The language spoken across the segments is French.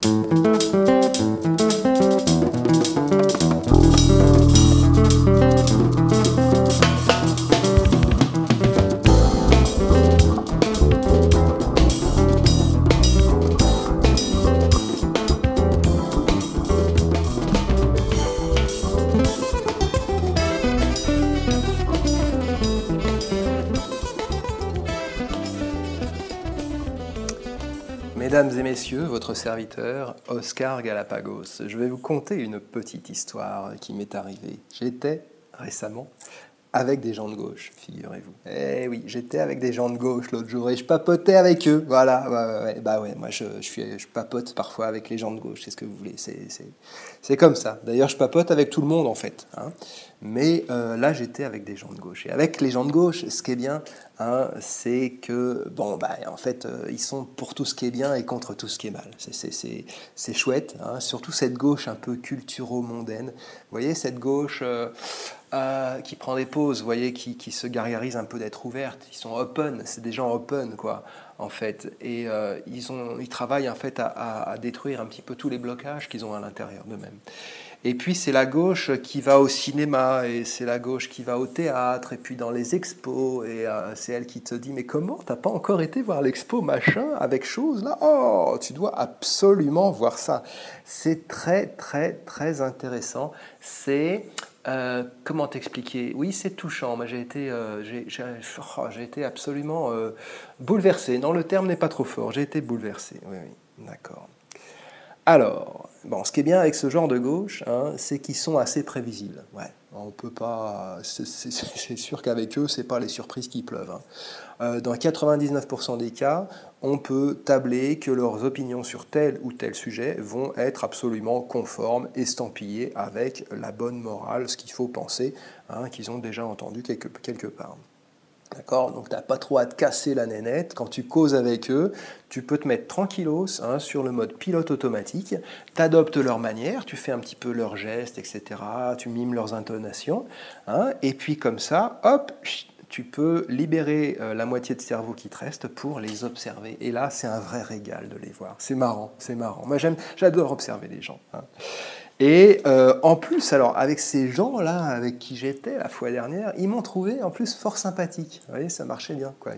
Mesdames et messieurs, votre serviteur, Oscar Galapagos. Je vais vous conter une petite histoire qui m'est arrivée. J'étais récemment avec des gens de gauche, figurez-vous. Eh oui, j'étais avec des gens de gauche l'autre jour et je papotais avec eux. Voilà, ouais, moi je papote parfois avec les gens de gauche, c'est ce que vous voulez, c'est comme ça. D'ailleurs, je papote avec tout le monde en fait. Mais là, j'étais avec des gens de gauche. Et avec les gens de gauche, ce qui est bien, c'est que, en fait, ils sont pour tout ce qui est bien et contre tout ce qui est mal. C'est chouette, surtout cette gauche un peu culturo-mondaine. Vous voyez, cette gauche qui prend des pauses, vous voyez, qui se gargarise un peu d'être ouverte. Ils sont open, c'est des gens open, quoi, en fait. Et ils travaillent, en fait, à détruire un petit peu tous les blocages qu'ils ont à l'intérieur d'eux-mêmes. Et puis c'est la gauche qui va au cinéma, et c'est la gauche qui va au théâtre, et puis dans les expos, et c'est elle qui te dit « Mais comment, t'as pas encore été voir l'expo machin avec chose là ? Oh, tu dois absolument voir ça !» C'est très, très, très intéressant. C'est... comment t'expliquer ? Oui, c'est touchant. Moi, j'ai été absolument bouleversé. Non, le terme n'est pas trop fort. J'ai été bouleversé. Oui, d'accord. Alors, ce qui est bien avec ce genre de gauche, c'est qu'ils sont assez prévisibles. Ouais, on peut pas. C'est sûr qu'avec eux, c'est pas les surprises qui pleuvent. Dans 99% des cas, on peut tabler que leurs opinions sur tel ou tel sujet vont être absolument conformes, estampillées avec la bonne morale, ce qu'il faut penser, qu'ils ont déjà entendu quelque part. D'accord ? Donc, tu n'as pas trop à te casser la nénette. Quand tu causes avec eux, tu peux te mettre tranquillos sur le mode pilote automatique. Tu adoptes leur manière, tu fais un petit peu leurs gestes, etc. Tu mimes leurs intonations. Et puis, comme ça, hop, tu peux libérer la moitié de cerveau qui te reste pour les observer. Et là, c'est un vrai régal de les voir. C'est marrant, c'est marrant. Moi, j'adore observer les gens. Et en plus, alors, avec ces gens-là avec qui j'étais la fois dernière, ils m'ont trouvé en plus fort sympathique. Vous voyez, ça marchait bien, quoi.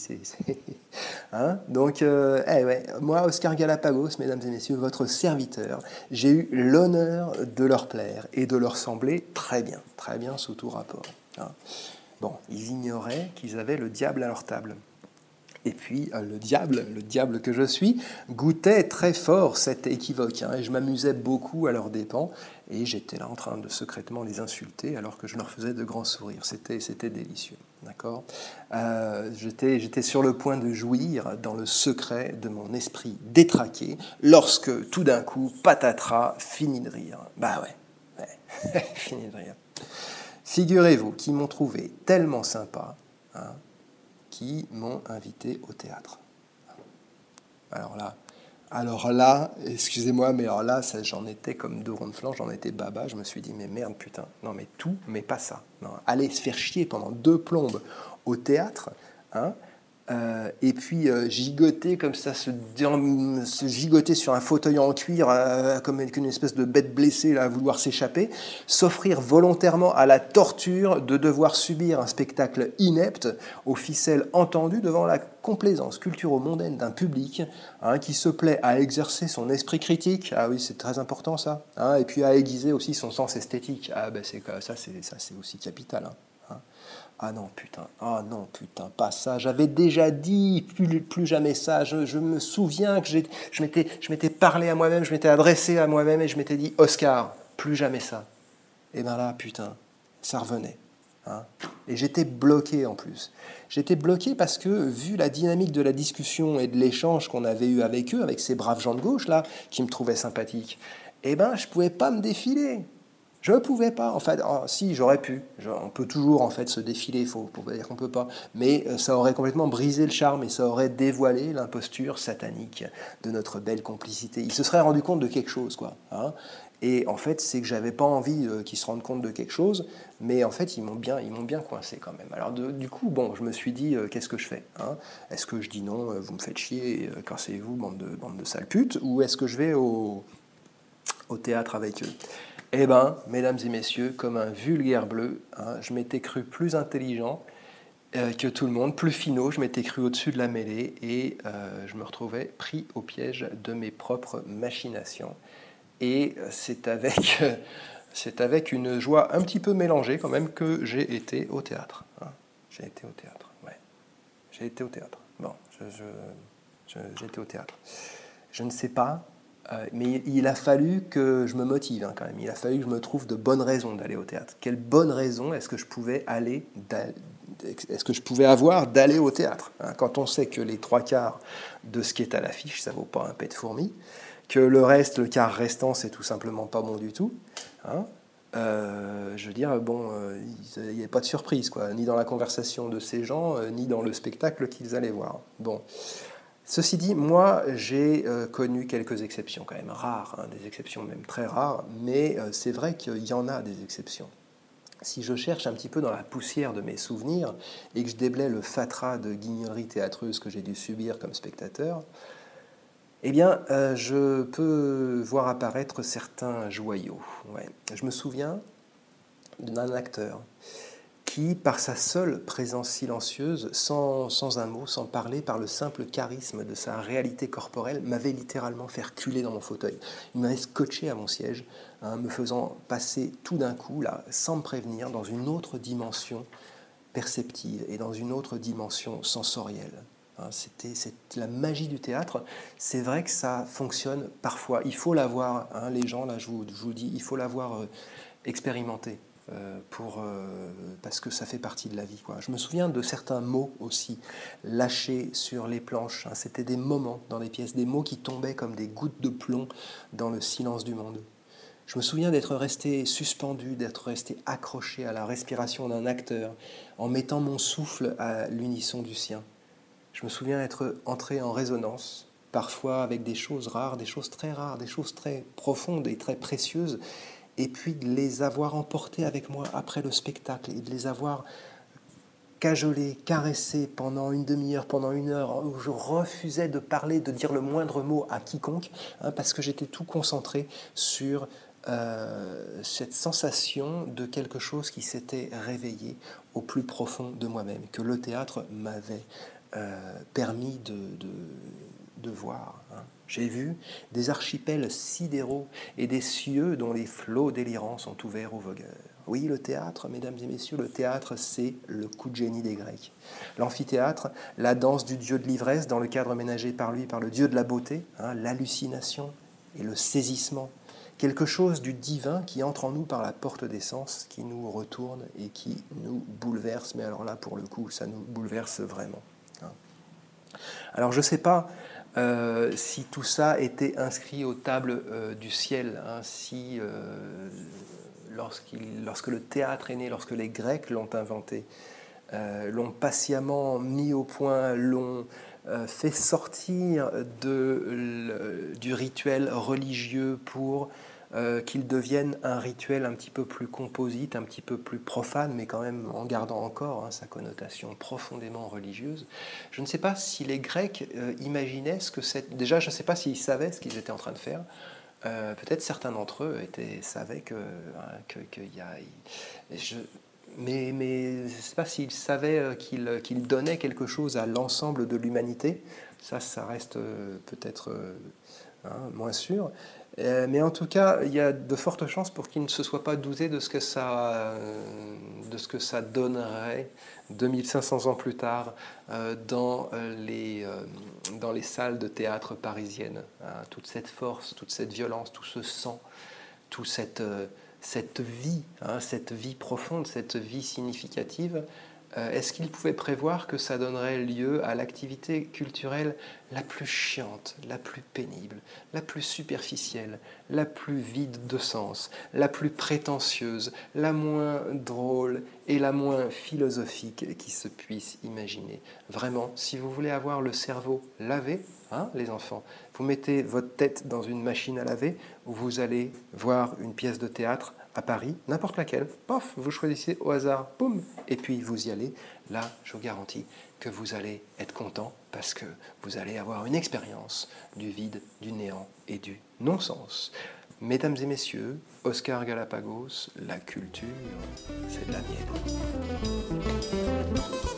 Donc, moi, Oscar Galapagos, mesdames et messieurs, votre serviteur, j'ai eu l'honneur de leur plaire et de leur sembler très bien sous tout rapport. Ils ignoraient qu'ils avaient le diable à leur table. Et puis le diable que je suis, goûtait très fort cet équivoque. Et je m'amusais beaucoup à leurs dépens. Et j'étais là en train de secrètement les insulter alors que je leur faisais de grands sourires. C'était délicieux. D'accord ? J'étais sur le point de jouir dans le secret de mon esprit détraqué lorsque tout d'un coup, patatras, fini de rire. Fini de rire. Figurez-vous qu'ils m'ont trouvé tellement sympa, qui m'ont invité au théâtre. Alors là, excusez-moi, mais alors là, j'en étais comme deux ronds de flanc, j'en étais baba, je me suis dit, mais merde, putain, non mais tout, mais pas ça. Non, allez se faire chier pendant 2 plombes au théâtre, et puis gigoter comme ça, se gigoter sur un fauteuil en cuir comme une espèce de bête blessée là, à vouloir s'échapper, s'offrir volontairement à la torture de devoir subir un spectacle inepte aux ficelles entendues devant la complaisance culturo-mondaine d'un public qui se plaît à exercer son esprit critique, ah oui c'est très important ça, et puis à aiguiser aussi son sens esthétique, c'est aussi capital. Ah non, putain, pas ça. J'avais déjà dit plus jamais ça. Je me souviens que je m'étais parlé à moi-même, je m'étais adressé à moi-même et je m'étais dit, Oscar, plus jamais ça. Et bien là, putain, ça revenait. Et j'étais bloqué en plus. J'étais bloqué parce que, vu la dynamique de la discussion et de l'échange qu'on avait eu avec eux, avec ces braves gens de gauche là, qui me trouvaient sympathique, je ne pouvais pas me défiler. Je ne pouvais pas, en fait, si j'aurais pu, on peut toujours en fait se défiler, il faut pas dire qu'on ne peut pas, mais ça aurait complètement brisé le charme et ça aurait dévoilé l'imposture satanique de notre belle complicité. Il se serait rendu compte de quelque chose, quoi. Hein. Et en fait, c'est que j'avais pas envie qu'ils se rendent compte de quelque chose, mais en fait, ils m'ont bien coincé quand même. Alors du coup, bon, je me suis dit, qu'est-ce que je fais, hein? Est-ce que je dis non, vous me faites chier, cassez-vous, bande de sales putes, ou est-ce que je vais au théâtre avec eux? Eh bien, mesdames et messieurs, comme un vulgaire bleu, hein, je m'étais cru plus intelligent que tout le monde, plus finot, je m'étais cru au-dessus de la mêlée et je me retrouvais pris au piège de mes propres machinations. Et c'est avec une joie un petit peu mélangée quand même que j'ai été au théâtre. Hein. J'ai été au théâtre, ouais. J'ai été au théâtre. Bon, j'ai été au théâtre. Je ne sais pas, mais il a fallu que je me motive quand même. Il a fallu que je me trouve de bonnes raisons d'aller au théâtre. Quelle bonne raison est-ce que je pouvais avoir d'aller au théâtre, hein, quand on sait que les 3/4 de ce qui est à l'affiche, ça vaut pas un pet de fourmi, que le quart restant, c'est tout simplement pas bon du tout. Hein. Je veux dire, bon, il n'y a pas de surprise, quoi, ni dans la conversation de ces gens, ni dans le spectacle qu'ils allaient voir. Bon. Ceci dit, moi, j'ai connu quelques exceptions quand même rares, hein, des exceptions même très rares, mais c'est vrai qu'il y en a des exceptions. Si je cherche un petit peu dans la poussière de mes souvenirs et que je déblaye le fatras de guignoleries théâtreuses que j'ai dû subir comme spectateur, eh bien, je peux voir apparaître certains joyaux. Ouais. Je me souviens d'un acteur qui, par sa seule présence silencieuse, sans un mot, sans parler, par le simple charisme de sa réalité corporelle, m'avait littéralement fait reculer dans mon fauteuil. Il m'avait scotché à mon siège, hein, me faisant passer tout d'un coup, là, sans me prévenir, dans une autre dimension perceptive et dans une autre dimension sensorielle. Hein, c'est la magie du théâtre. C'est vrai que ça fonctionne parfois. Il faut l'avoir, hein, les gens, là, je vous le dis, il faut l'avoir expérimenté. Parce que ça fait partie de la vie, quoi. Je me souviens de certains mots aussi lâchés sur les planches. Hein. C'était des moments dans les pièces, des mots qui tombaient comme des gouttes de plomb dans le silence du monde. Je me souviens d'être resté suspendu, d'être resté accroché à la respiration d'un acteur en mettant mon souffle à l'unisson du sien. Je me souviens être entré en résonance, parfois avec des choses rares, des choses très profondes et très précieuses, et puis de les avoir emportés avec moi après le spectacle et de les avoir cajolés, caressés pendant une demi-heure, pendant une heure, où je refusais de parler, de dire le moindre mot à quiconque, hein, parce que j'étais tout concentré sur cette sensation de quelque chose qui s'était réveillé au plus profond de moi-même, que le théâtre m'avait permis de voir. Hein. J'ai vu des archipels sidéraux et des cieux dont les flots délirants sont ouverts aux vogueurs. Oui, le théâtre, mesdames et messieurs, le théâtre, c'est le coup de génie des Grecs. L'amphithéâtre, la danse du dieu de l'ivresse dans le cadre ménagé par lui, par le dieu de la beauté, hein, l'hallucination et le saisissement. Quelque chose du divin qui entre en nous par la porte des sens, qui nous retourne et qui nous bouleverse. Mais alors là, pour le coup, ça nous bouleverse vraiment. Hein. Alors je ne sais pas si tout ça était inscrit aux tables du ciel, hein, si lorsque le théâtre est né, lorsque les Grecs l'ont inventé, l'ont patiemment mis au point, l'ont fait sortir du rituel religieux pour qu'il devienne un rituel un petit peu plus composite, un petit peu plus profane, mais quand même en gardant encore sa connotation profondément religieuse. Je ne sais pas si les Grecs imaginaient ce que c'est. Déjà, je ne sais pas s'ils savaient ce qu'ils étaient en train de faire. Peut-être certains d'entre eux savaient qu'il y a... Mais je ne sais pas s'ils savaient qu'ils donnaient quelque chose à l'ensemble de l'humanité. Ça reste peut-être moins sûr. Mais en tout cas, il y a de fortes chances pour qu'ils ne se soient pas doutés de ce que ça donnerait 2500 ans plus tard dans les salles de théâtre parisiennes. Hein, toute cette force, toute cette violence, tout ce sang, toute cette vie, cette vie profonde, cette vie significative, Est-ce qu'il pouvait prévoir que ça donnerait lieu à l'activité culturelle la plus chiante, la plus pénible, la plus superficielle, la plus vide de sens, la plus prétentieuse, la moins drôle et la moins philosophique qui se puisse imaginer? Vraiment, si vous voulez avoir le cerveau lavé, hein, les enfants, vous mettez votre tête dans une machine à laver, où vous allez voir une pièce de théâtre à Paris, n'importe laquelle, pof, vous choisissez au hasard, boum, et puis vous y allez. Là, je vous garantis que vous allez être content parce que vous allez avoir une expérience du vide, du néant et du non-sens. Mesdames et messieurs, Oscar Galapagos, la culture, c'est de la mienne.